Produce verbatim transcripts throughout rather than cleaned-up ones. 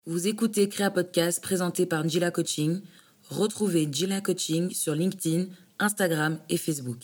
Vous écoutez Créa Podcast présenté par Njila Coaching. Retrouvez Njila Coaching sur LinkedIn, Instagram et Facebook.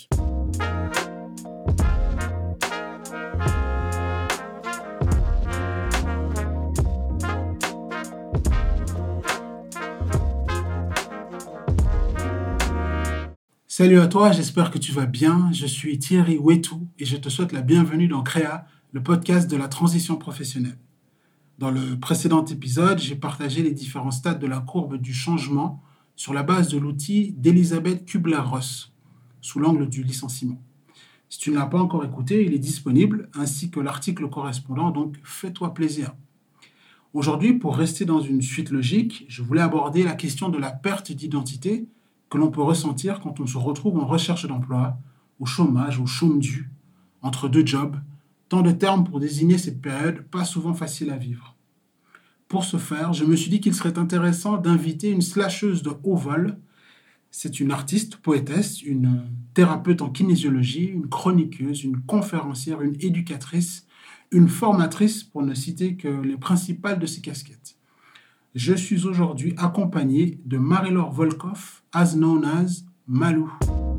Salut à toi, j'espère que tu vas bien. Je suis Thierry Wetou et je te souhaite la bienvenue dans Créa, le podcast de la transition professionnelle. Dans le précédent épisode, j'ai partagé les différents stades de la courbe du changement sur la base de l'outil d'Elisabeth Kubler-Ross, sous l'angle du licenciement. Si tu ne l'as pas encore écouté, il est disponible, ainsi que l'article correspondant, donc fais-toi plaisir. Aujourd'hui, pour rester dans une suite logique, je voulais aborder la question de la perte d'identité que l'on peut ressentir quand on se retrouve en recherche d'emploi, au chômage, au chôme dû, entre deux jobs, tant de termes pour désigner cette période pas souvent facile à vivre. Pour ce faire, je me suis dit qu'il serait intéressant d'inviter une slasheuse de haut vol. C'est une artiste, poétesse, une thérapeute en kinésiologie, une chroniqueuse, une conférencière, une éducatrice, une formatrice, pour ne citer que les principales de ces casquettes. Je suis aujourd'hui accompagné de Marie-Laure Volkoff, as known as Malou.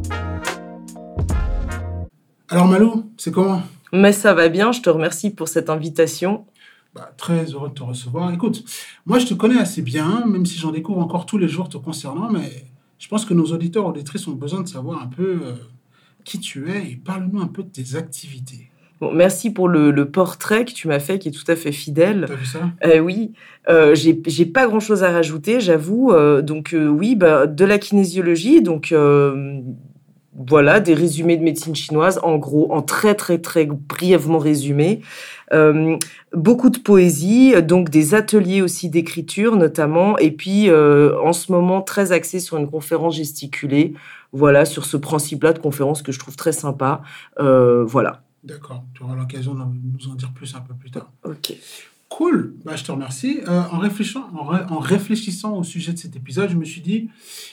Alors Malou, c'est comment ? Mais ça va bien, je te remercie pour cette invitation. Bah, très heureux de te recevoir. Écoute, moi je te connais assez bien, même si j'en découvre encore tous les jours te concernant, mais je pense que nos auditeurs et auditrices ont besoin de savoir un peu euh, qui tu es et parle-nous un peu de tes activités. Bon, merci pour le, le portrait que tu m'as fait, qui est tout à fait fidèle. T'as vu ça ? euh, Oui, euh, j'ai, j'ai pas grand-chose à rajouter, j'avoue. Euh, donc euh, oui, bah, de la kinésiologie, donc euh, voilà, des résumés de médecine chinoise, en gros, en très très très brièvement résumé. Euh, beaucoup de poésie, donc des ateliers aussi d'écriture notamment, et puis euh, en ce moment très axé sur une conférence gesticulée. Voilà, sur ce principe-là de conférence que je trouve très sympa. Euh, voilà. D'accord, tu auras l'occasion de nous en dire plus un peu plus tard. Ok. Cool, bah, je te remercie. Euh, en, réfléchissant, en, ré, en réfléchissant au sujet de cet épisode, je me suis dit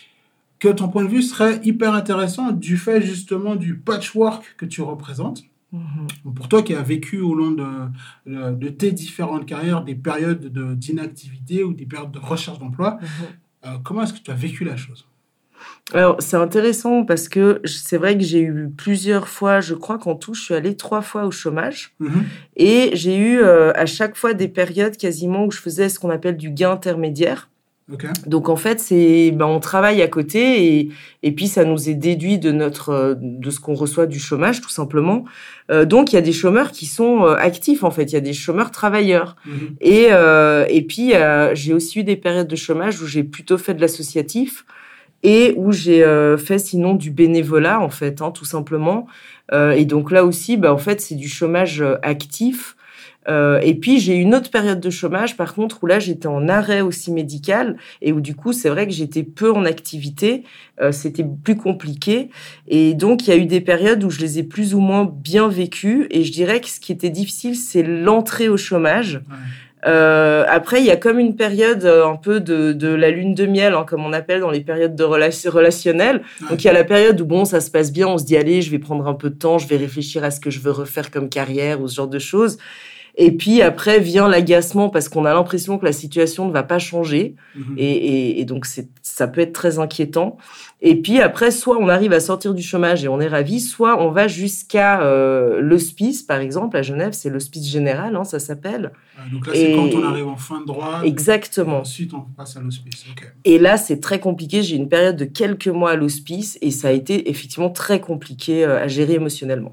que ton point de vue serait hyper intéressant du fait justement du patchwork que tu représentes. Mm-hmm. Pour toi qui as vécu au long de, de, de tes différentes carrières des périodes de, d'inactivité ou des périodes de recherche d'emploi, mm-hmm. euh, comment est-ce que tu as vécu la chose ? Alors, c'est intéressant parce que c'est vrai que j'ai eu plusieurs fois, je crois qu'en tout, je suis allée trois fois au chômage. Mmh. Et j'ai eu euh, à chaque fois des périodes quasiment où je faisais ce qu'on appelle du gain intermédiaire. Okay. Donc, en fait, c'est, ben, on travaille à côté et, et puis ça nous est déduit de, notre, de ce qu'on reçoit du chômage, tout simplement. Euh, donc, il y a des chômeurs qui sont euh, actifs, en fait. Il y a des chômeurs travailleurs. Mmh. Et, euh, et puis, euh, j'ai aussi eu des périodes de chômage où j'ai plutôt fait de l'associatif et où j'ai euh, fait sinon du bénévolat, en fait, hein, tout simplement. Euh, et donc là aussi, bah, en fait, c'est du chômage actif. Euh, et puis, j'ai eu une autre période de chômage, par contre, où là, j'étais en arrêt aussi médical et où, du coup, c'est vrai que j'étais peu en activité. Euh, c'était plus compliqué. Et donc, il y a eu des périodes où je les ai plus ou moins bien vécues. Et je dirais que ce qui était difficile, c'est l'entrée au chômage. Ouais. Euh, après, il y a comme une période euh, un peu de, de la lune de miel, hein, comme on appelle dans les périodes de relation, relationnelles. Ouais. Donc, il y a la période où, bon, ça se passe bien, on se dit, allez, je vais prendre un peu de temps, je vais réfléchir à ce que je veux refaire comme carrière ou ce genre de choses. Et puis, après, vient l'agacement parce qu'on a l'impression que la situation ne va pas changer. Mmh. Et, et, et donc, c'est, ça peut être très inquiétant. Et puis, après, soit on arrive à sortir du chômage et on est ravi, soit on va jusqu'à euh, l'hospice, par exemple. À Genève, c'est l'hospice général, hein, ça s'appelle. Ah, donc là, c'est et... quand on arrive en fin de droit. Exactement. Et ensuite, on passe à l'hospice. Okay. Et là, c'est très compliqué. J'ai une période de quelques mois à l'hospice et ça a été effectivement très compliqué à gérer émotionnellement.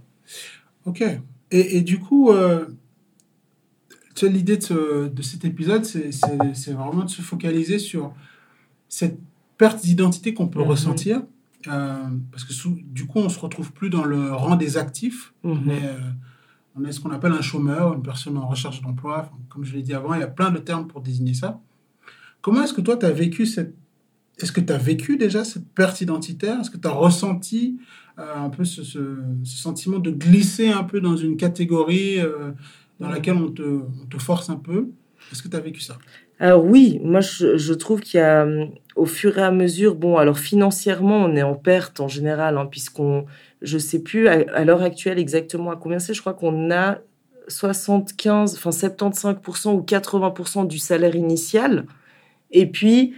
OK. Et, et du coup... Euh... Tu sais, l'idée de, ce, de cet épisode, c'est, c'est, c'est vraiment de se focaliser sur cette perte d'identité qu'on peut mmh. ressentir. Euh, parce que sous, du coup, on ne se retrouve plus dans le rang des actifs. Mmh. On, est, euh, on est ce qu'on appelle un chômeur, une personne en recherche d'emploi. Enfin, comme je l'ai dit avant, il y a plein de termes pour désigner ça. Comment est-ce que toi, tu as vécu cette... Est-ce que tu as vécu déjà cette perte identitaire ? Est-ce que tu as ressenti euh, un peu ce, ce, ce sentiment de glisser un peu dans une catégorie euh, dans laquelle on te, on te force un peu. Est-ce que tu as vécu ça ? Alors oui, moi je, je trouve qu'il y a, au fur et à mesure, bon, alors financièrement, on est en perte en général, hein, puisqu'on, je ne sais plus à, à l'heure actuelle exactement à combien c'est, je crois qu'on a soixante-quinze, enfin soixante-quinze pour cent ou quatre-vingts pour cent du salaire initial. Et puis,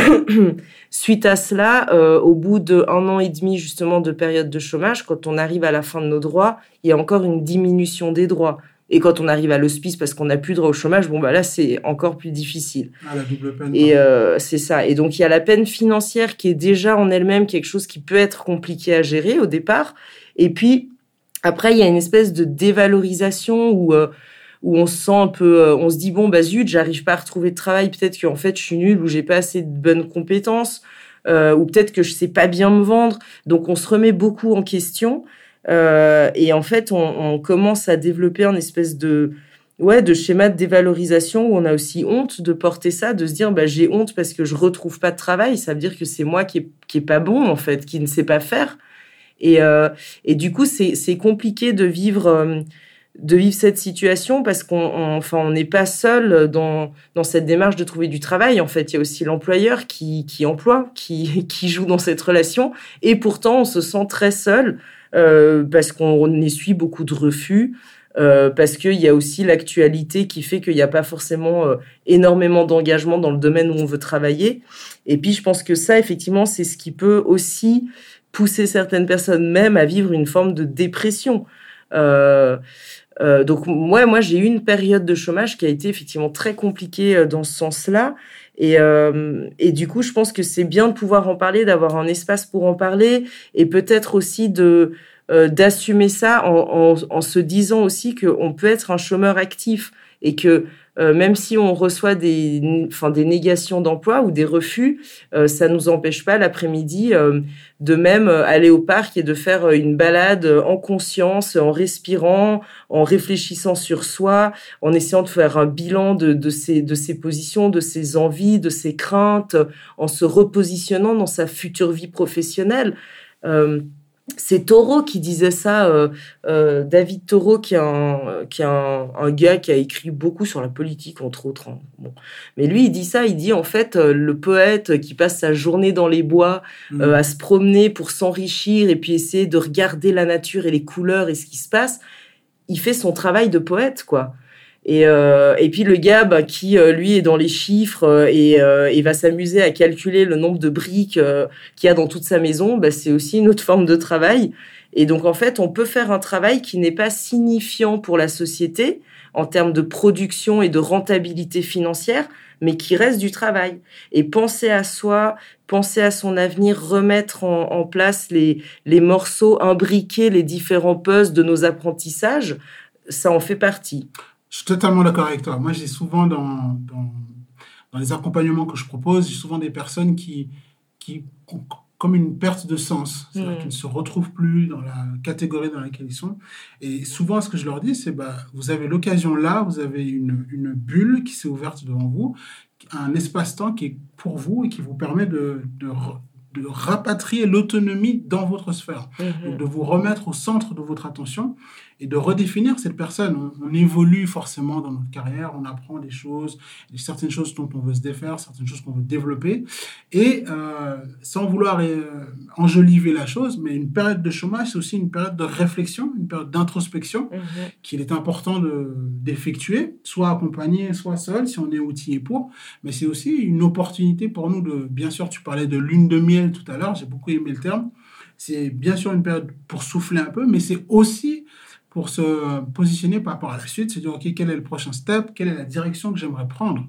suite à cela, euh, au bout d'un an et demi justement de période de chômage, quand on arrive à la fin de nos droits, il y a encore une diminution des droits. Et quand on arrive à l'hospice parce qu'on n'a plus droit au chômage, bon bah là c'est encore plus difficile. Ah, la double peine. Et euh, c'est ça. Et donc il y a la peine financière qui est déjà en elle-même quelque chose qui peut être compliqué à gérer au départ. Et puis après il y a une espèce de dévalorisation où euh, où on se sent un peu, euh, on se dit bon bah zut, j'arrive pas à retrouver de travail, peut-être qu'en fait je suis nulle ou j'ai pas assez de bonnes compétences, euh, ou peut-être que je sais pas bien me vendre. Donc on se remet beaucoup en question. Euh, et en fait, on, on commence à développer un espèce de, ouais, de schéma de dévalorisation où on a aussi honte de porter ça, de se dire, bah, j'ai honte parce que je retrouve pas de travail. Ça veut dire que c'est moi qui est, qui est pas bon, en fait, qui ne sait pas faire. Et, euh, et du coup, c'est, c'est compliqué de vivre, euh, de vivre cette situation parce qu'on, on, enfin, on n'est pas seul dans, dans cette démarche de trouver du travail. En fait, il y a aussi l'employeur qui, qui emploie, qui, qui joue dans cette relation. Et pourtant, on se sent très seul. Euh, parce qu'on essuie beaucoup de refus, euh, parce qu'il y a aussi l'actualité qui fait qu'il n'y a pas forcément euh, énormément d'engagement dans le domaine où on veut travailler. Et puis, je pense que ça, effectivement, c'est ce qui peut aussi pousser certaines personnes même à vivre une forme de dépression. Euh, euh, donc, moi, moi, j'ai eu une période de chômage qui a été effectivement très compliquée euh, dans ce sens-là. Et, euh, et du coup, je pense que c'est bien de pouvoir en parler, d'avoir un espace pour en parler et peut-être aussi de, euh, d'assumer ça en, en, en se disant aussi qu'on peut être un chômeur actif et que euh, même si on reçoit des, enfin, des négations d'emploi ou des refus, euh, ça ne nous empêche pas l'après-midi euh, de même aller au parc et de faire une balade en conscience, en respirant, en réfléchissant sur soi, en essayant de faire un bilan de, de, ses, de ses positions, de ses envies, de ses craintes, en se repositionnant dans sa future vie professionnelle. Euh, C'est Thoreau qui disait ça, euh, euh, David Thoreau, qui est, un, qui est un, un gars qui a écrit beaucoup sur la politique, entre autres. Hein. Bon. Mais lui, il dit ça, il dit en fait, euh, le poète qui passe sa journée dans les bois mmh. euh, à se promener pour s'enrichir et puis essayer de regarder la nature et les couleurs et ce qui se passe, il fait son travail de poète, quoi. Et, euh, et puis le gars bah, qui, euh, lui, est dans les chiffres euh, et, euh, et va s'amuser à calculer le nombre de briques euh, qu'il y a dans toute sa maison, bah, c'est aussi une autre forme de travail. Et donc, en fait, on peut faire un travail qui n'est pas signifiant pour la société en termes de production et de rentabilité financière, mais qui reste du travail. Et penser à soi, penser à son avenir, remettre en, en place les, les morceaux, imbriquer les différents puzzles de nos apprentissages, ça en fait partie. Je suis totalement d'accord avec toi. Moi, j'ai souvent, dans, dans, dans les accompagnements que je propose, j'ai souvent des personnes qui, qui ont comme une perte de sens. C'est-à-dire mmh. qu'ils ne se retrouvent plus dans la catégorie dans laquelle ils sont. Et souvent, ce que je leur dis, c'est bah, vous avez l'occasion là, vous avez une, une bulle qui s'est ouverte devant vous, un espace-temps qui est pour vous et qui vous permet de, de, de rapatrier l'autonomie dans votre sphère. Mmh. Donc, de vous remettre au centre de votre attention et de redéfinir cette personne. On, on évolue forcément dans notre carrière, on apprend des choses, certaines choses dont on veut se défaire, certaines choses qu'on veut développer. Et euh, sans vouloir euh, enjoliver la chose, mais une période de chômage, c'est aussi une période de réflexion, une période d'introspection mmh. qu'il est important de, d'effectuer, soit accompagné, soit seul, si on est outillé pour. Mais c'est aussi une opportunité pour nous de... Bien sûr, tu parlais de lune de miel tout à l'heure, j'ai beaucoup aimé le terme. C'est bien sûr une période pour souffler un peu, mais c'est aussi pour se positionner par rapport à la suite, se dire, OK, quel est le prochain step, quelle est la direction que j'aimerais prendre.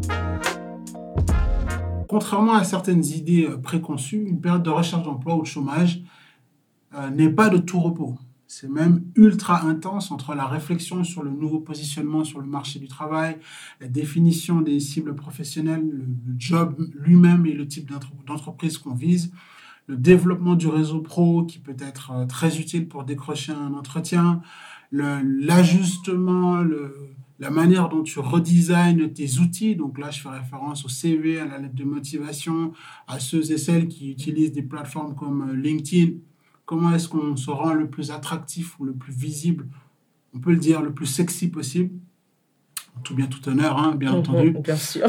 Contrairement à certaines idées préconçues, une période de recherche d'emploi ou de chômage euh, n'est pas de tout repos. C'est même ultra intense entre la réflexion sur le nouveau positionnement sur le marché du travail, la définition des cibles professionnelles, le, le job lui-même et le type d'entreprise qu'on vise, le développement du réseau pro qui peut être euh, très utile pour décrocher un entretien, le, l'ajustement, le, la manière dont tu redesignes tes outils. Donc là, je fais référence au C V, à la lettre de motivation, à ceux et celles qui utilisent des plateformes comme LinkedIn. Comment est-ce qu'on se rend le plus attractif ou le plus visible, on peut le dire, le plus sexy possible. Tout bien, tout honneur, hein, bien mmh, entendu. Bien sûr.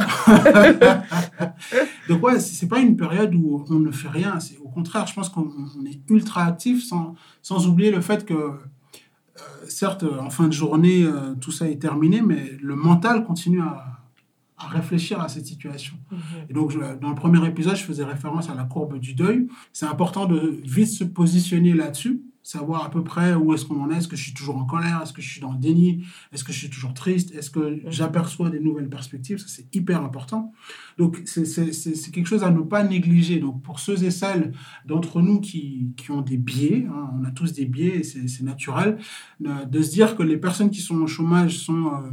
Donc, ouais, c'est pas une période où on ne fait rien. C'est, au contraire, je pense qu'on on est ultra actif sans, sans oublier le fait que certes, en fin de journée, euh, tout ça est terminé, mais le mental continue à, à réfléchir à cette situation. Mmh. Et donc, je, dans le premier épisode, je faisais référence à la courbe du deuil. C'est important de vite se positionner là-dessus, savoir à peu près où est-ce qu'on en est. Est-ce que je suis toujours en colère? Est-ce que je suis dans le déni? Est-ce que je suis toujours triste? Est-ce que mmh. j'aperçois des nouvelles perspectives? Ça, c'est hyper important. Donc, c'est, c'est, c'est, c'est quelque chose à ne pas négliger. Donc, pour ceux et celles d'entre nous qui, qui ont des biais, hein, on a tous des biais et c'est, c'est naturel, de se dire que les personnes qui sont au chômage sont euh,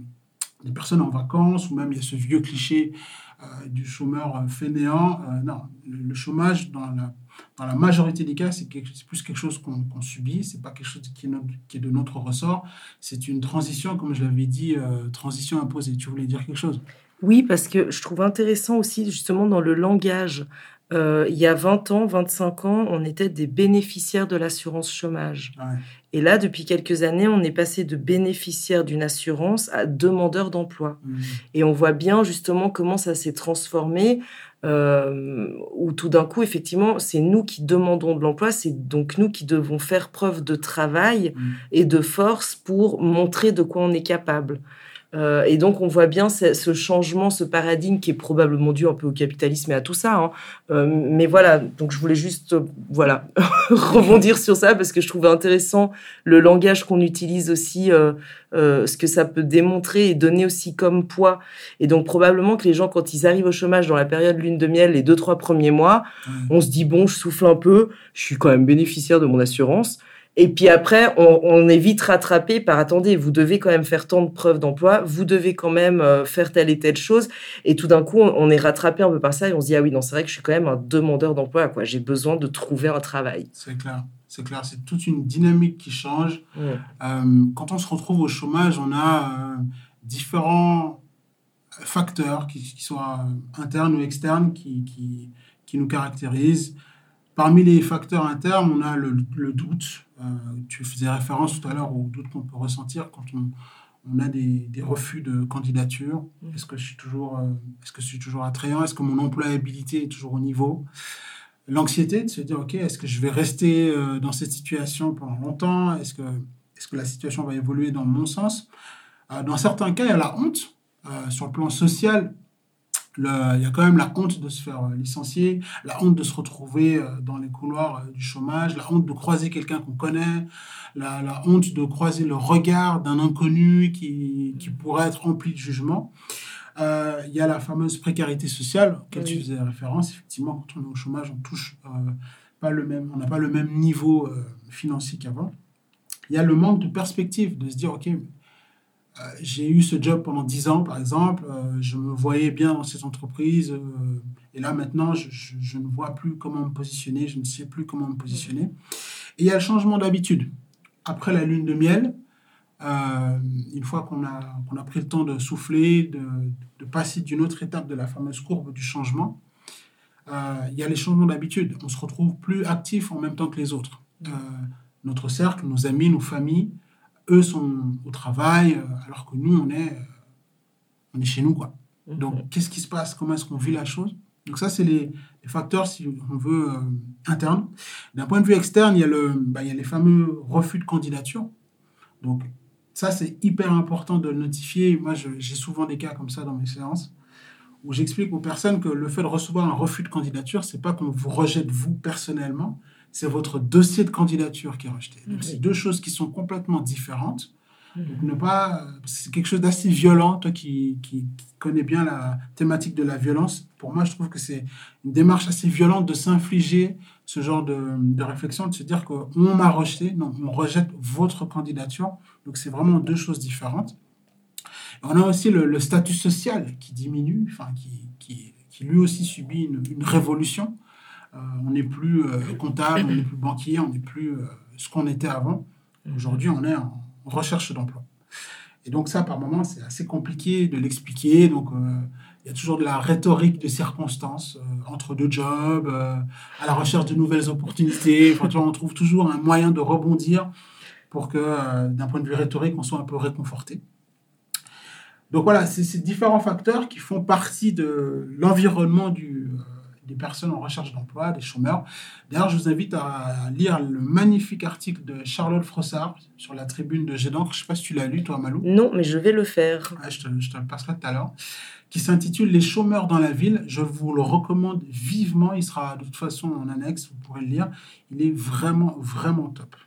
des personnes en vacances, ou même il y a ce vieux cliché euh, du chômeur euh, fainéant. Euh, non, le, le chômage, dans la, dans la majorité des cas, c'est, quelque, c'est plus quelque chose qu'on, qu'on subit, c'est pas quelque chose qui est, notre, qui est de notre ressort, c'est une transition, comme je l'avais dit, euh, transition imposée. Tu voulais dire quelque chose? Oui, parce que je trouve intéressant aussi, justement, dans le langage. Euh, il y a vingt ans, vingt-cinq ans, on était des bénéficiaires de l'assurance chômage. Ouais. Et là, depuis quelques années, on est passé de bénéficiaires d'une assurance à demandeurs d'emploi. Mmh. Et on voit bien, justement, comment ça s'est transformé, euh, où tout d'un coup, effectivement, c'est nous qui demandons de l'emploi, c'est donc nous qui devons faire preuve de travail mmh. et de force pour montrer de quoi on est capable. Euh, et donc, on voit bien ce, ce changement, ce paradigme qui est probablement dû un peu au capitalisme et à tout ça. Hein. Euh, mais voilà, donc je voulais juste euh, voilà, rebondir sur ça parce que je trouvais intéressant le langage qu'on utilise aussi, euh, euh, ce que ça peut démontrer et donner aussi comme poids. Et donc, probablement que les gens, quand ils arrivent au chômage dans la période lune de miel, les deux, trois premiers mois, mmh. on se dit, bon, je souffle un peu, je suis quand même bénéficiaire de mon assurance. Et puis après, on, on est vite rattrapé par « Attendez, vous devez quand même faire tant de preuves d'emploi, vous devez quand même euh, faire telle et telle chose. » Et tout d'un coup, on, on est rattrapé un peu par ça et on se dit « Ah oui, non, c'est vrai que je suis quand même un demandeur d'emploi, quoi. J'ai besoin de trouver un travail. » C'est clair, c'est clair. C'est toute une dynamique qui change. Mmh. Euh, quand on se retrouve au chômage, on a euh, différents facteurs, qui, qui soient internes ou externes, qui, qui, qui nous caractérisent. Parmi les facteurs internes, on a le, le doute. Euh, tu faisais référence tout à l'heure au doute qu'on peut ressentir quand on, on a des, des refus de candidature. Mmh. Est-ce que je suis toujours, euh, est-ce que je suis toujours attrayant? Est-ce que mon employabilité est toujours au niveau? L'anxiété de se dire, OK, est-ce que je vais rester euh, dans cette situation pendant longtemps? Est-ce que, est-ce que la situation va évoluer dans mon sens? euh, Dans certains cas, il y a la honte. Euh, sur le plan social, Le, il y a quand même la honte de se faire licencier, la honte de se retrouver dans les couloirs du chômage, la honte de croiser quelqu'un qu'on connaît, la, la honte de croiser le regard d'un inconnu qui, qui pourrait être rempli de jugement. Euh, il y a la fameuse précarité sociale auquel oui. tu faisais référence. Effectivement, quand on est au chômage, on touche euh, pas le même, on n'a pas le même niveau euh, financier qu'avant. Il y a le manque de perspective, de se dire, OK, Euh, j'ai eu ce job pendant dix ans, par exemple. Euh, je me voyais bien dans cette entreprise. Euh, et là, maintenant, je, je, je ne vois plus comment me positionner. Je ne sais plus comment me positionner. Et il y a le changement d'habitude. Après la lune de miel, euh, une fois qu'on a, qu'on a pris le temps de souffler, de, de passer d'une autre étape de la fameuse courbe du changement, euh, il y a les changements d'habitude. On se retrouve plus actif en même temps que les autres. Euh, notre cercle, nos amis, nos familles, eux sont au travail, alors que nous, on est, on est chez nous, quoi. Mmh. Donc, qu'est-ce qui se passe? Comment est-ce qu'on vit la chose? Donc ça, c'est les, les facteurs, si on veut, euh, internes. D'un point de vue externe, il y a, le, bah, il y a les fameux refus de candidature. Donc, ça, c'est hyper important de le notifier. Moi, je, j'ai souvent des cas comme ça dans mes séances, où j'explique aux personnes que le fait de recevoir un refus de candidature, c'est pas qu'on vous rejette vous personnellement, c'est votre dossier de candidature qui est rejeté. Donc, c'est deux choses qui sont complètement différentes. Donc, ne pas, c'est quelque chose d'assez violent. Toi qui, qui, qui connais bien la thématique de la violence, pour moi, je trouve que c'est une démarche assez violente de s'infliger ce genre de, de réflexion, de se dire qu'on m'a rejeté. Non, on rejette votre candidature. Donc, c'est vraiment deux choses différentes. Et on a aussi le, le statut social qui diminue, enfin, qui, qui, qui lui aussi subit une, une révolution. Euh, on n'est plus euh, comptable, on n'est plus banquier, on n'est plus euh, ce qu'on était avant. Aujourd'hui, on est en recherche d'emploi. Et donc ça, par moments, c'est assez compliqué de l'expliquer. Donc, euh, il y a toujours de la rhétorique de circonstances euh, entre deux jobs, euh, à la recherche de nouvelles opportunités. Enfin, tu vois, on trouve toujours un moyen de rebondir pour que, euh, d'un point de vue rhétorique, on soit un peu réconforté. Donc voilà, c'est ces différents facteurs qui font partie de l'environnement du... Euh, des personnes en recherche d'emploi, des chômeurs. D'ailleurs, je vous invite à lire le magnifique article de Charlotte Frossard sur la tribune de Jet d'encre. Je ne sais pas si tu l'as lu, toi, Malou. Non, mais je vais le faire. Ouais, je, te, je te le passerai tout à l'heure. Qui s'intitule « Les chômeurs dans la ville ». Je vous le recommande vivement. Il sera de toute façon en annexe, vous pourrez le lire. Il est vraiment, vraiment top.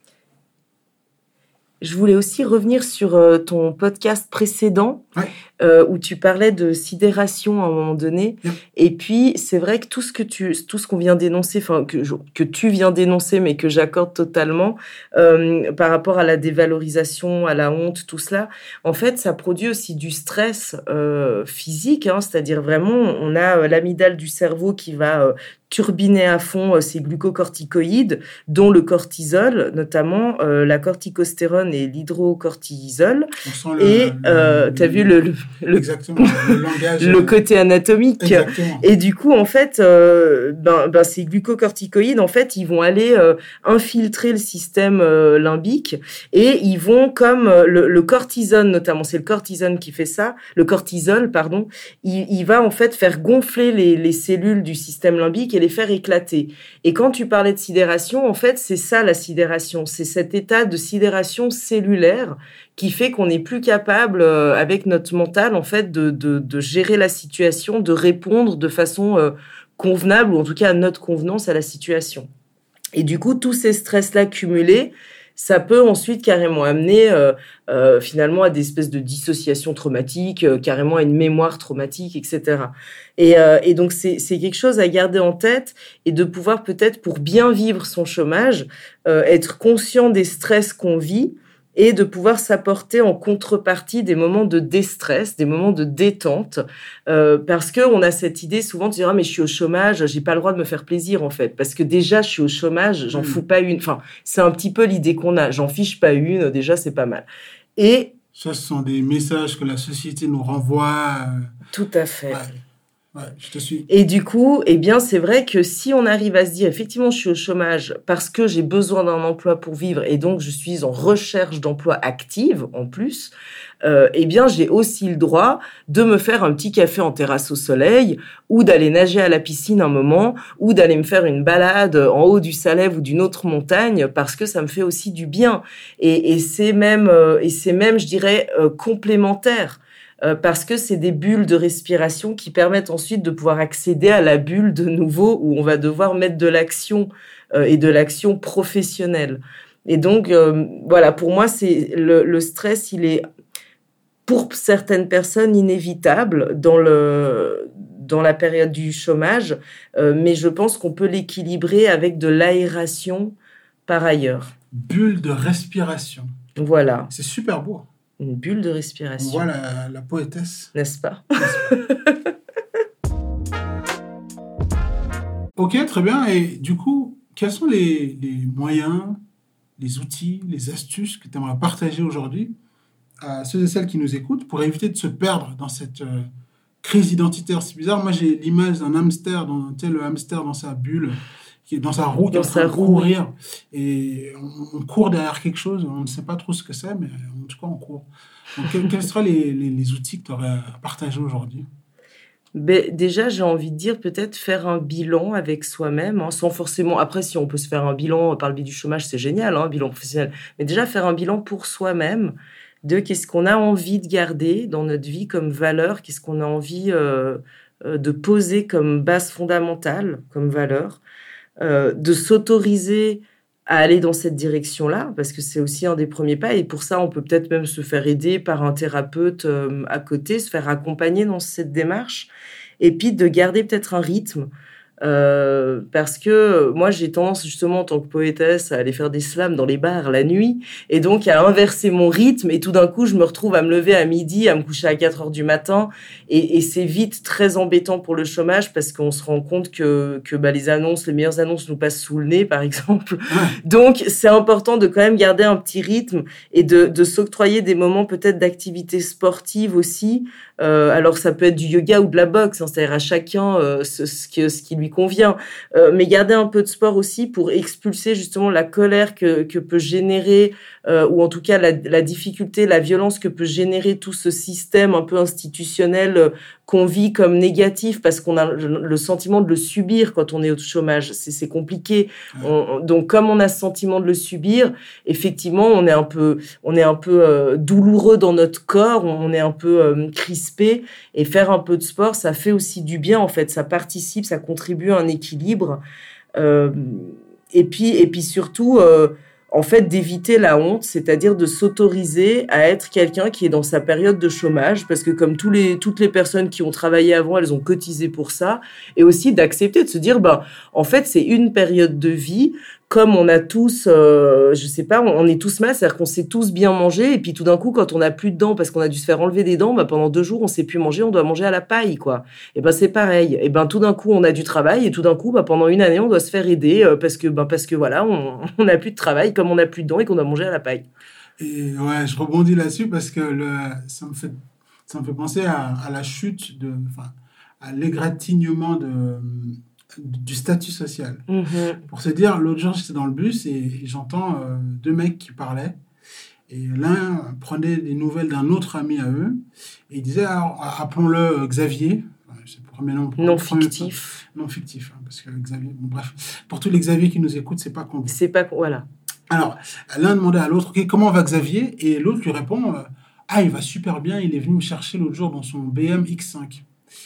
Je voulais aussi revenir sur euh, ton podcast précédent, ouais. euh, où tu parlais de sidération à un moment donné. Yep. Et puis, c'est vrai que tout ce que tu, tout ce qu'on vient d'énoncer, enfin que, que tu viens d'énoncer, mais que j'accorde totalement, euh, par rapport à la dévalorisation, à la honte, tout cela, en fait, ça produit aussi du stress euh, physique, hein, c'est-à-dire vraiment, on a euh, l'amygdale du cerveau qui va euh, turbiner à fond euh, ces glucocorticoïdes, dont le cortisol, notamment euh, la corticostérone et l'hydrocortisol. On sent le, et euh, le, tu as vu le, le, le, exactement, le langage. le côté anatomique. Exactement. Et du coup, en fait, euh, ben, ben, ces glucocorticoïdes, en fait, ils vont aller euh, infiltrer le système euh, limbique et ils vont, comme euh, le, le cortisone, notamment, c'est le cortisone qui fait ça, le cortisol, pardon, il, il va en fait faire gonfler les, les cellules du système limbique et les faire éclater. Et quand tu parlais de sidération, en fait, c'est ça la sidération, c'est cet état de sidération cellulaire qui fait qu'on n'est plus capable, euh, avec notre mental, en fait, de, de, de gérer la situation, de répondre de façon euh, convenable, ou en tout cas à notre convenance à la situation. Et du coup, tous ces stress-là cumulés, ça peut ensuite carrément amener euh, euh, finalement à des espèces de dissociation traumatique, euh, carrément à une mémoire traumatique, et cetera. Et, euh, et donc, c'est, c'est quelque chose à garder en tête et de pouvoir peut-être, pour bien vivre son chômage, euh, être conscient des stress qu'on vit et de pouvoir s'apporter en contrepartie des moments de déstress, des moments de détente, euh, parce qu'on a cette idée souvent de dire « Ah, mais je suis au chômage, j'ai pas le droit de me faire plaisir, en fait. » Parce que déjà, je suis au chômage, j'en mmh. fous pas une. Enfin, c'est un petit peu l'idée qu'on a. J'en fiche pas une, déjà, c'est pas mal. Et... Ça, ce sont des messages que la société nous renvoie. Euh... Tout à fait. Ouais. Ouais, je te suis. Et du coup, eh bien, c'est vrai que si on arrive à se dire, effectivement, je suis au chômage parce que j'ai besoin d'un emploi pour vivre et donc je suis en recherche d'emploi active en plus, euh, eh bien, j'ai aussi le droit de me faire un petit café en terrasse au soleil ou d'aller nager à la piscine un moment ou d'aller me faire une balade en haut du Salève ou d'une autre montagne parce que ça me fait aussi du bien. Et, et c'est même, euh, et c'est même, je dirais, euh, complémentaire. Euh, parce que c'est des bulles de respiration qui permettent ensuite de pouvoir accéder à la bulle de nouveau où on va devoir mettre de l'action euh, et de l'action professionnelle. Et donc, euh, voilà, pour moi, c'est le, le stress, il est, pour certaines personnes, inévitable dans, le, dans la période du chômage, euh, mais je pense qu'on peut l'équilibrer avec de l'aération par ailleurs. Bulle de respiration. Voilà. C'est super beau. Une bulle de respiration. On voit la, la poétesse. N'est-ce pas? Ok, très bien. Et du coup, quels sont les, les moyens, les outils, les astuces que tu aimerais partager aujourd'hui à ceux et celles qui nous écoutent pour éviter de se perdre dans cette euh, crise identitaire? C'est bizarre. Moi, j'ai l'image d'un hamster, dans, tu sais, le hamster dans sa bulle, qui est dans sa roue, qui est en train de courir. Et on, on court derrière quelque chose. On ne sait pas trop ce que c'est, mais en tout cas, on court. Donc, quels, quels seraient les, les, les outils que tu aurais à partager aujourd'hui? Ben, déjà, j'ai envie de dire peut-être faire un bilan avec soi-même, hein, sans forcément... Après, si on peut se faire un bilan par le biais du chômage, c'est génial, hein, un bilan professionnel. Mais déjà, faire un bilan pour soi-même de qu'est-ce qu'on a envie de garder dans notre vie comme valeur, qu'est-ce qu'on a envie euh, euh, de poser comme base fondamentale, comme valeur, euh, de s'autoriser à aller dans cette direction-là, parce que c'est aussi un des premiers pas. Et pour ça, on peut peut-être même se faire aider par un thérapeute euh, à côté, se faire accompagner dans cette démarche, et puis de garder peut-être un rythme. Euh, parce que moi, j'ai tendance justement en tant que poétesse à aller faire des slams dans les bars la nuit et donc à inverser mon rythme et tout d'un coup, je me retrouve à me lever à midi, à me coucher à quatre heures du matin et, et c'est vite très embêtant pour le chômage parce qu'on se rend compte que, que bah, les annonces, les meilleures annonces nous passent sous le nez, par exemple. Donc, c'est important de quand même garder un petit rythme et de, de s'octroyer des moments peut-être d'activité sportive aussi. Euh, alors, ça peut être du yoga ou de la boxe, hein, c'est-à-dire à chacun euh, ce, ce, qui, ce qui lui convient. Euh, mais garder un peu de sport aussi pour expulser justement la colère que, que peut générer euh, ou en tout cas la, la difficulté, la violence que peut générer tout ce système un peu institutionnel euh, qu'on vit comme négatif parce qu'on a le, le sentiment de le subir quand on est au chômage. C'est, c'est compliqué. Ouais. On, donc, comme on a ce sentiment de le subir, effectivement, on est un peu, on est un peu euh, douloureux dans notre corps, on est un peu euh, crispé. Et faire un peu de sport, ça fait aussi du bien, en fait. Ça participe, ça contribue à un équilibre. Euh, et puis, et puis surtout... Euh, en fait, d'éviter la honte, c'est-à-dire de s'autoriser à être quelqu'un qui est dans sa période de chômage, parce que comme tous les, toutes les personnes qui ont travaillé avant, elles ont cotisé pour ça, et aussi d'accepter de se dire, ben, en fait, c'est une période de vie, comme on a tous, euh, je sais pas, on est tous mal, c'est-à-dire qu'on sait tous bien manger, et puis tout d'un coup, quand on n'a plus de dents, parce qu'on a dû se faire enlever des dents, ben, pendant deux jours, on sait plus manger, on doit manger à la paille, quoi. Et ben, c'est pareil. Et ben, tout d'un coup, on a du travail, et tout d'un coup, ben, pendant une année, on doit se faire aider, euh, parce que, ben, parce que voilà, on, on n'a plus de travail, comme on n'a plus de dents et qu'on doit manger à la paille. Et ouais, je rebondis là-dessus parce que le, ça me fait, ça me fait penser à, à la chute de, enfin, à l'égratignement de, du statut social. Mm-hmm. Pour se dire, l'autre jour, j'étais dans le bus et, et j'entends euh, deux mecs qui parlaient. Et l'un prenait des nouvelles d'un autre ami à eux. Et il disait, alors, appelons-le Xavier. C'est le premier nom. Non fictif. Non fictif, hein, parce que Xavier, bon, bref. Pour tous les Xavier qui nous écoutent, c'est pas qu'on dit. C'est pas, voilà. Alors, l'un demandait à l'autre, okay, comment va Xavier ? Et l'autre lui répond, euh, ah, il va super bien, il est venu me chercher l'autre jour dans son B M X cinq.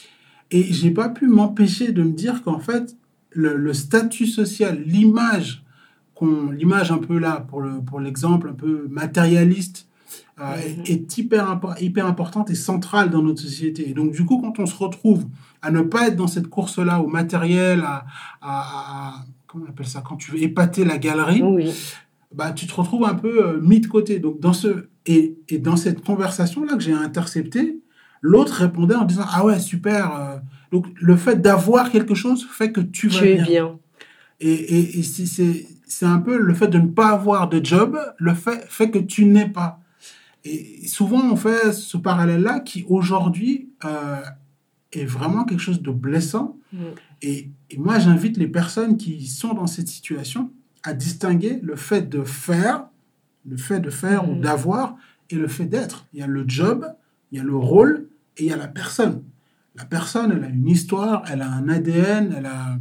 Et j'ai pas pu m'empêcher de me dire qu'en fait, le, le statut social, l'image, qu'on, l'image un peu là, pour, le, pour l'exemple un peu matérialiste, euh, mm-hmm. est, est hyper, hyper importante et centrale dans notre société. Et donc, du coup, quand on se retrouve à ne pas être dans cette course-là au matériel, à, à, à comment on appelle ça, quand tu veux épater la galerie, oui. bah, tu te retrouves un peu euh, mis de côté. Donc, dans ce, et, et dans cette conversation-là que j'ai interceptée, l'autre répondait en disant « Ah ouais, super. Euh, » Donc, le fait d'avoir quelque chose fait que tu vas tu bien. Tu es bien. Et, et, et c'est, c'est, c'est un peu le fait de ne pas avoir de job, le fait, fait que tu n'es pas. Et souvent, on fait ce parallèle-là qui, aujourd'hui, euh, est vraiment quelque chose de blessant. Mm. Et, et moi, j'invite les personnes qui sont dans cette situation à distinguer le fait de faire, le fait de faire mmh. ou d'avoir, et le fait d'être. Il y a le job, il y a le rôle, et il y a la personne. La personne, elle a une histoire, elle a un A D N, elle a,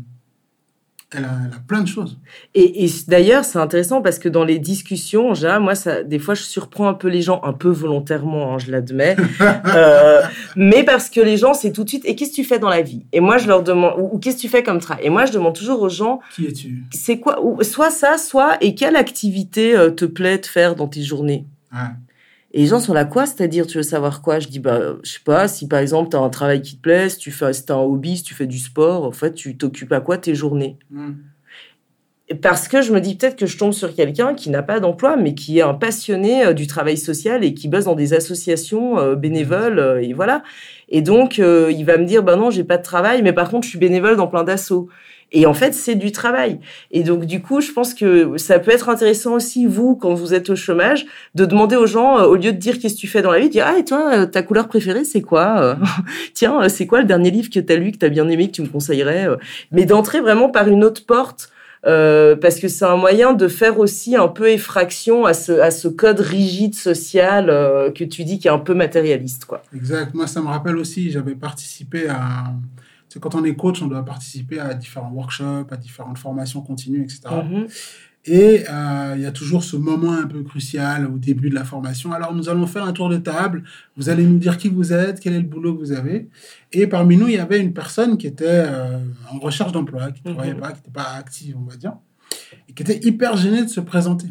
elle a, elle a plein de choses. Et, et d'ailleurs, c'est intéressant parce que dans les discussions, en général, moi, ça, des fois, je surprends un peu les gens, un peu volontairement, hein, je l'admets, euh, mais parce que les gens, c'est tout de suite, et qu'est-ce que tu fais dans la vie ? Et moi, je leur demande, ou, ou qu'est-ce que tu fais comme travail ? Et moi, je demande toujours aux gens, qui es-tu ? C'est quoi ? Ou, soit ça, soit, et quelle activité euh, te plaît de faire dans tes journées ? Ouais. Et les gens sont là, quoi ? C'est-à-dire, tu veux savoir quoi ? Je dis, bah, je sais pas, si par exemple, tu as un travail qui te plaît, si tu fais, si t'as un hobby, si tu fais du sport, en fait, tu t'occupes à quoi tes journées ? mm. Parce que je me dis peut-être que je tombe sur quelqu'un qui n'a pas d'emploi, mais qui est un passionné euh, du travail social et qui bosse dans des associations euh, bénévoles, euh, et voilà. Et donc, euh, il va me dire, bah non, j'ai pas de travail, mais par contre, je suis bénévole dans plein d'assos. Et en fait, c'est du travail. Et donc, du coup, je pense que ça peut être intéressant aussi, vous, quand vous êtes au chômage, de demander aux gens, euh, au lieu de dire qu'est-ce que tu fais dans la vie, de dire, ah, et toi, euh, ta couleur préférée, c'est quoi euh, Tiens, euh, c'est quoi le dernier livre que t'as lu, que t'as bien aimé, que tu me conseillerais euh Mais d'entrer vraiment par une autre porte, euh, parce que c'est un moyen de faire aussi un peu effraction à ce, à ce code rigide social euh, que tu dis qui est un peu matérialiste, quoi. Exact. Moi, ça me rappelle aussi, j'avais participé à... C'est quand on est coach, on doit participer à différents workshops, à différentes formations continues, et cetera. Mm-hmm. Et euh, il y a toujours ce moment un peu crucial au début de la formation. Alors, nous allons faire un tour de table. Vous allez nous dire qui vous êtes, quel est le boulot que vous avez. Et parmi nous, il y avait une personne qui était euh, en recherche d'emploi, qui ne travaillait mm-hmm. pas, qui n'était pas active, on va dire, et qui était hyper gênée de se présenter.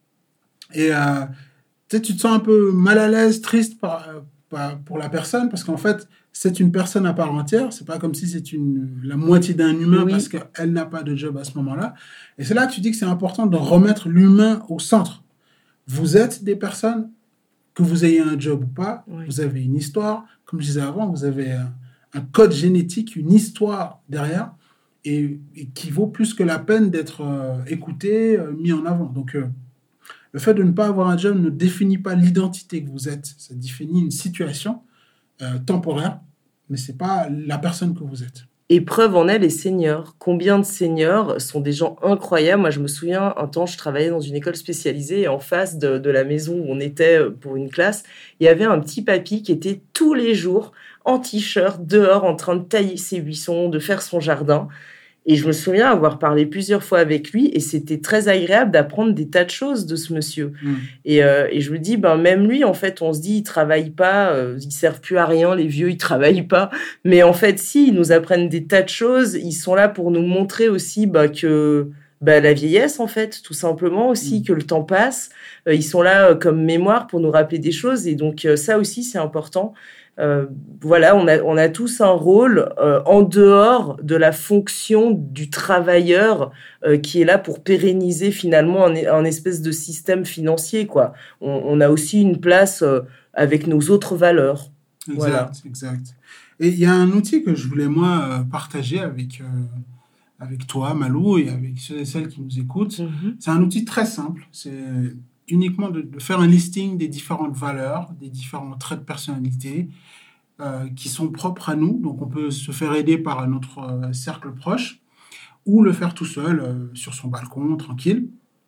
Et euh, tu sais, tu te sens un peu mal à l'aise, triste par, par, pour la personne, parce qu'en fait, c'est une personne à part entière. C'est pas comme si c'est une, la moitié d'un humain oui. parce qu'elle n'a pas de job à ce moment-là. Et c'est là que tu dis que c'est important de remettre l'humain au centre. Vous êtes des personnes, que vous ayez un job ou pas, oui. vous avez une histoire. Comme je disais avant, vous avez un, un code génétique, une histoire derrière et, et qui vaut plus que la peine d'être euh, écouté, euh, mis en avant. Donc, euh, le fait de ne pas avoir un job ne définit pas l'identité que vous êtes. Ça définit une situation Euh, temporaire, mais c'est pas la personne que vous êtes. Et preuve en est les seniors. Combien de seniors sont des gens incroyables. Moi, je me souviens, un temps, je travaillais dans une école spécialisée et en face de, de la maison où on était pour une classe, il y avait un petit papy qui était tous les jours en t-shirt, dehors, en train de tailler ses buissons, de faire son jardin. Et je me souviens avoir parlé plusieurs fois avec lui et c'était très agréable d'apprendre des tas de choses de ce monsieur. Mmh. Et, euh, et je me dis, ben, même lui, en fait, on se dit, ils travaillent pas, euh, ils servent plus à rien, les vieux, ils travaillent pas. Mais en fait, si, ils nous apprennent des tas de choses. Ils sont là pour nous montrer aussi bah, que bah, la vieillesse, en fait, tout simplement aussi, mmh. que le temps passe. Euh, ils sont là euh, comme mémoire pour nous rappeler des choses. Et donc, euh, ça aussi, c'est important. Euh, voilà, on a, on a tous un rôle euh, en dehors de la fonction du travailleur euh, qui est là pour pérenniser finalement un, un espèce de système financier, quoi. On, on a aussi une place euh, avec nos autres valeurs. Exact, voilà. exact. Et il y a un outil que je voulais, moi, partager avec, euh, avec toi, Malou, et avec ceux et celles qui nous écoutent. Mm-hmm. C'est un outil très simple. C'est uniquement de, de faire un listing des différentes valeurs, des différents traits de personnalité euh, qui sont propres à nous. Donc, on peut se faire aider par notre euh, cercle proche ou le faire tout seul euh, sur son balcon, tranquille,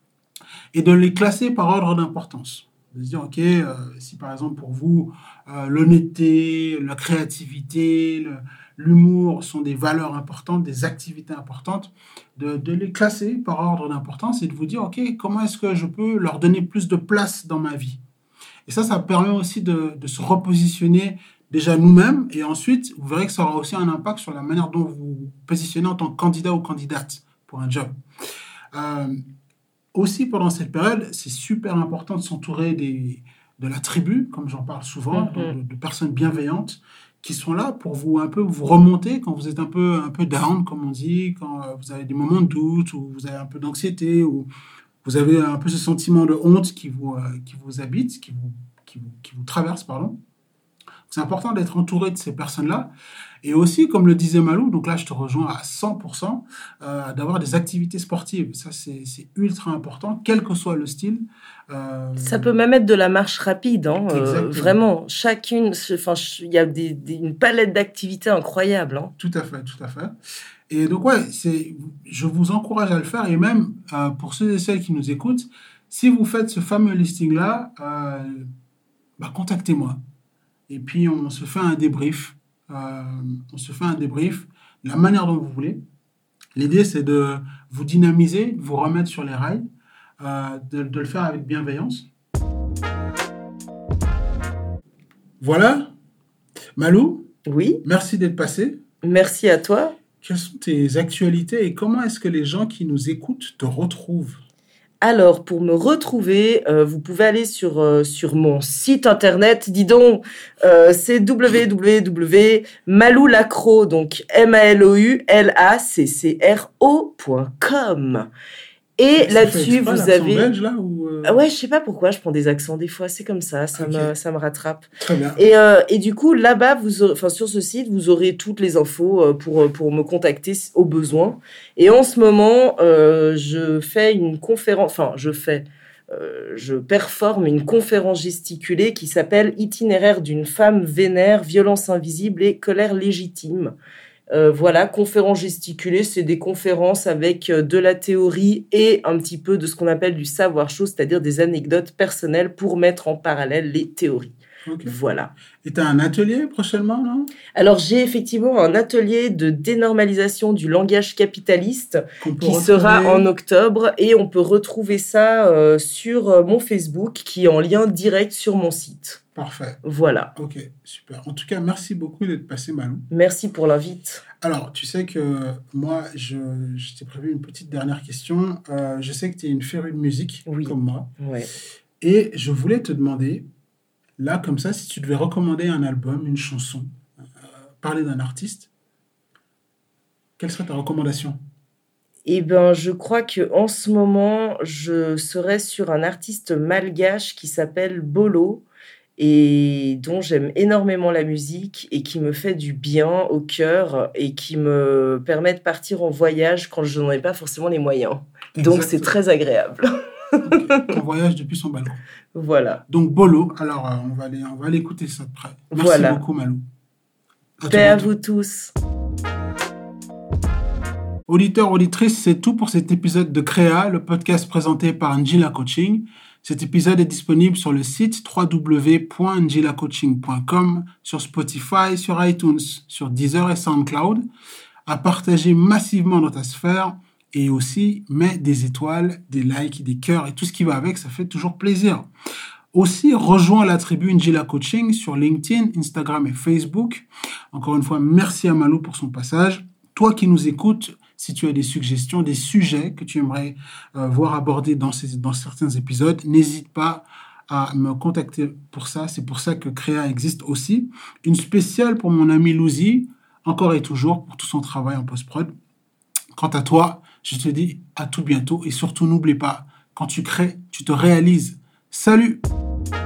et de les classer par ordre d'importance. De se dire, OK, euh, si par exemple pour vous, euh, l'honnêteté, la créativité, le, l'humour sont des valeurs importantes, des activités importantes, de, de les classer par ordre d'importance et de vous dire, OK, comment est-ce que je peux leur donner plus de place dans ma vie? Et ça, ça permet aussi de, de se repositionner déjà nous-mêmes et ensuite, vous verrez que ça aura aussi un impact sur la manière dont vous vous positionnez en tant que candidat ou candidate pour un job. Euh, aussi, pendant cette période, c'est super important de s'entourer des, de la tribu, comme j'en parle souvent, mm-hmm. de, de personnes bienveillantes qui sont là pour vous un peu vous remonter quand vous êtes un peu, un peu down, comme on dit, quand vous avez des moments de doute, ou vous avez un peu d'anxiété, ou vous avez un peu ce sentiment de honte qui vous, euh, qui vous habite, qui vous, qui vous, qui vous traverse, pardon. C'est important d'être entouré de ces personnes-là. Et aussi, comme le disait Malou, donc là, je te rejoins à cent pour cent, euh, d'avoir des activités sportives. Ça, c'est, c'est ultra important, quel que soit le style. Euh... Ça peut même être de la marche rapide, hein, euh, vraiment. Chacune, enfin, il y a des, des, une palette d'activités incroyables. Hein. Tout à fait, tout à fait. Et donc, ouais, c'est, je vous encourage à le faire. Et même, euh, pour ceux et celles qui nous écoutent, si vous faites ce fameux listing-là, euh, bah, contactez-moi. Et puis, on se fait un débrief. Euh, on se fait un débrief, la manière dont vous voulez. L'idée, c'est de vous dynamiser, de vous remettre sur les rails, euh, de, de le faire avec bienveillance. Voilà. Malou. Oui. Merci d'être passé. Merci à toi. Quelles sont tes actualités et comment est-ce que les gens qui nous écoutent te retrouvent ? Alors, pour me retrouver, euh, vous pouvez aller sur, euh, sur mon site internet, dis donc, euh, c'est w w w point malou lacro, donc M A L O U L A C C R O point com. Et ça là-dessus, vous avez... belge, là, ou euh... ah ouais, je sais pas pourquoi je prends des accents des fois, c'est comme ça, ça, okay. me, ça me rattrape. Très bien. Et, euh, et du coup, là-bas, vous aurez, enfin, sur ce site, vous aurez toutes les infos pour, pour me contacter au besoin. Et en ce moment, euh, je fais une conférence, enfin, je fais, euh, je performe une conférence gesticulée qui s'appelle « Itinéraire d'une femme vénère, violence invisible et colère légitime ». Euh, voilà, conférences gesticulées, c'est des conférences avec euh, de la théorie et un petit peu de ce qu'on appelle du savoir chaud, c'est-à-dire des anecdotes personnelles pour mettre en parallèle les théories. Okay. Voilà. Et tu as un atelier prochainement, non ? Alors, j'ai effectivement un atelier de dénormalisation du langage capitaliste qui retrouver... sera en octobre et on peut retrouver ça euh, sur mon Facebook qui est en lien direct sur mon site. Parfait. Voilà. Ok, super. En tout cas, merci beaucoup d'être passé, Malou. Merci pour l'invite. Alors, tu sais que moi, je, je t'ai prévu une petite dernière question. Euh, je sais que tu es une férue de musique, oui. comme moi. Ouais. Et je voulais te demander, là, comme ça, si tu devais recommander un album, une chanson, euh, parler d'un artiste, quelle serait ta recommandation ? Eh ben, je crois qu'en ce moment, je serais sur un artiste malgache qui s'appelle Bolo, et dont j'aime énormément la musique et qui me fait du bien au cœur et qui me permet de partir en voyage quand je n'en ai pas forcément les moyens. Exactement. Donc, c'est très agréable. Okay. En voyage depuis son balcon. Voilà. Donc, Bolo. Alors, euh, on va aller, on va aller écouter ça de près. Merci voilà. beaucoup, Malou. À Paix à vous tous. Auditeurs, auditrices, c'est tout pour cet épisode de Créa, le podcast présenté par Njila Coaching. Cet épisode est disponible sur le site w w w point njila coaching point com, sur Spotify, sur iTunes, sur Deezer et SoundCloud. À partager massivement dans ta sphère et aussi mets des étoiles, des likes, des cœurs et tout ce qui va avec, ça fait toujours plaisir. Aussi, rejoins la tribu Njila Coaching sur LinkedIn, Instagram et Facebook. Encore une fois, merci à Malou pour son passage. Toi qui nous écoutes, si tu as des suggestions, des sujets que tu aimerais euh, voir abordés dans, ces, dans certains épisodes, n'hésite pas à me contacter pour ça. C'est pour ça que Créa existe aussi. Une spéciale pour mon ami Louzi, encore et toujours, pour tout son travail en post-prod. Quant à toi, je te dis à tout bientôt et surtout n'oublie pas, quand tu crées, tu te réalises. Salut!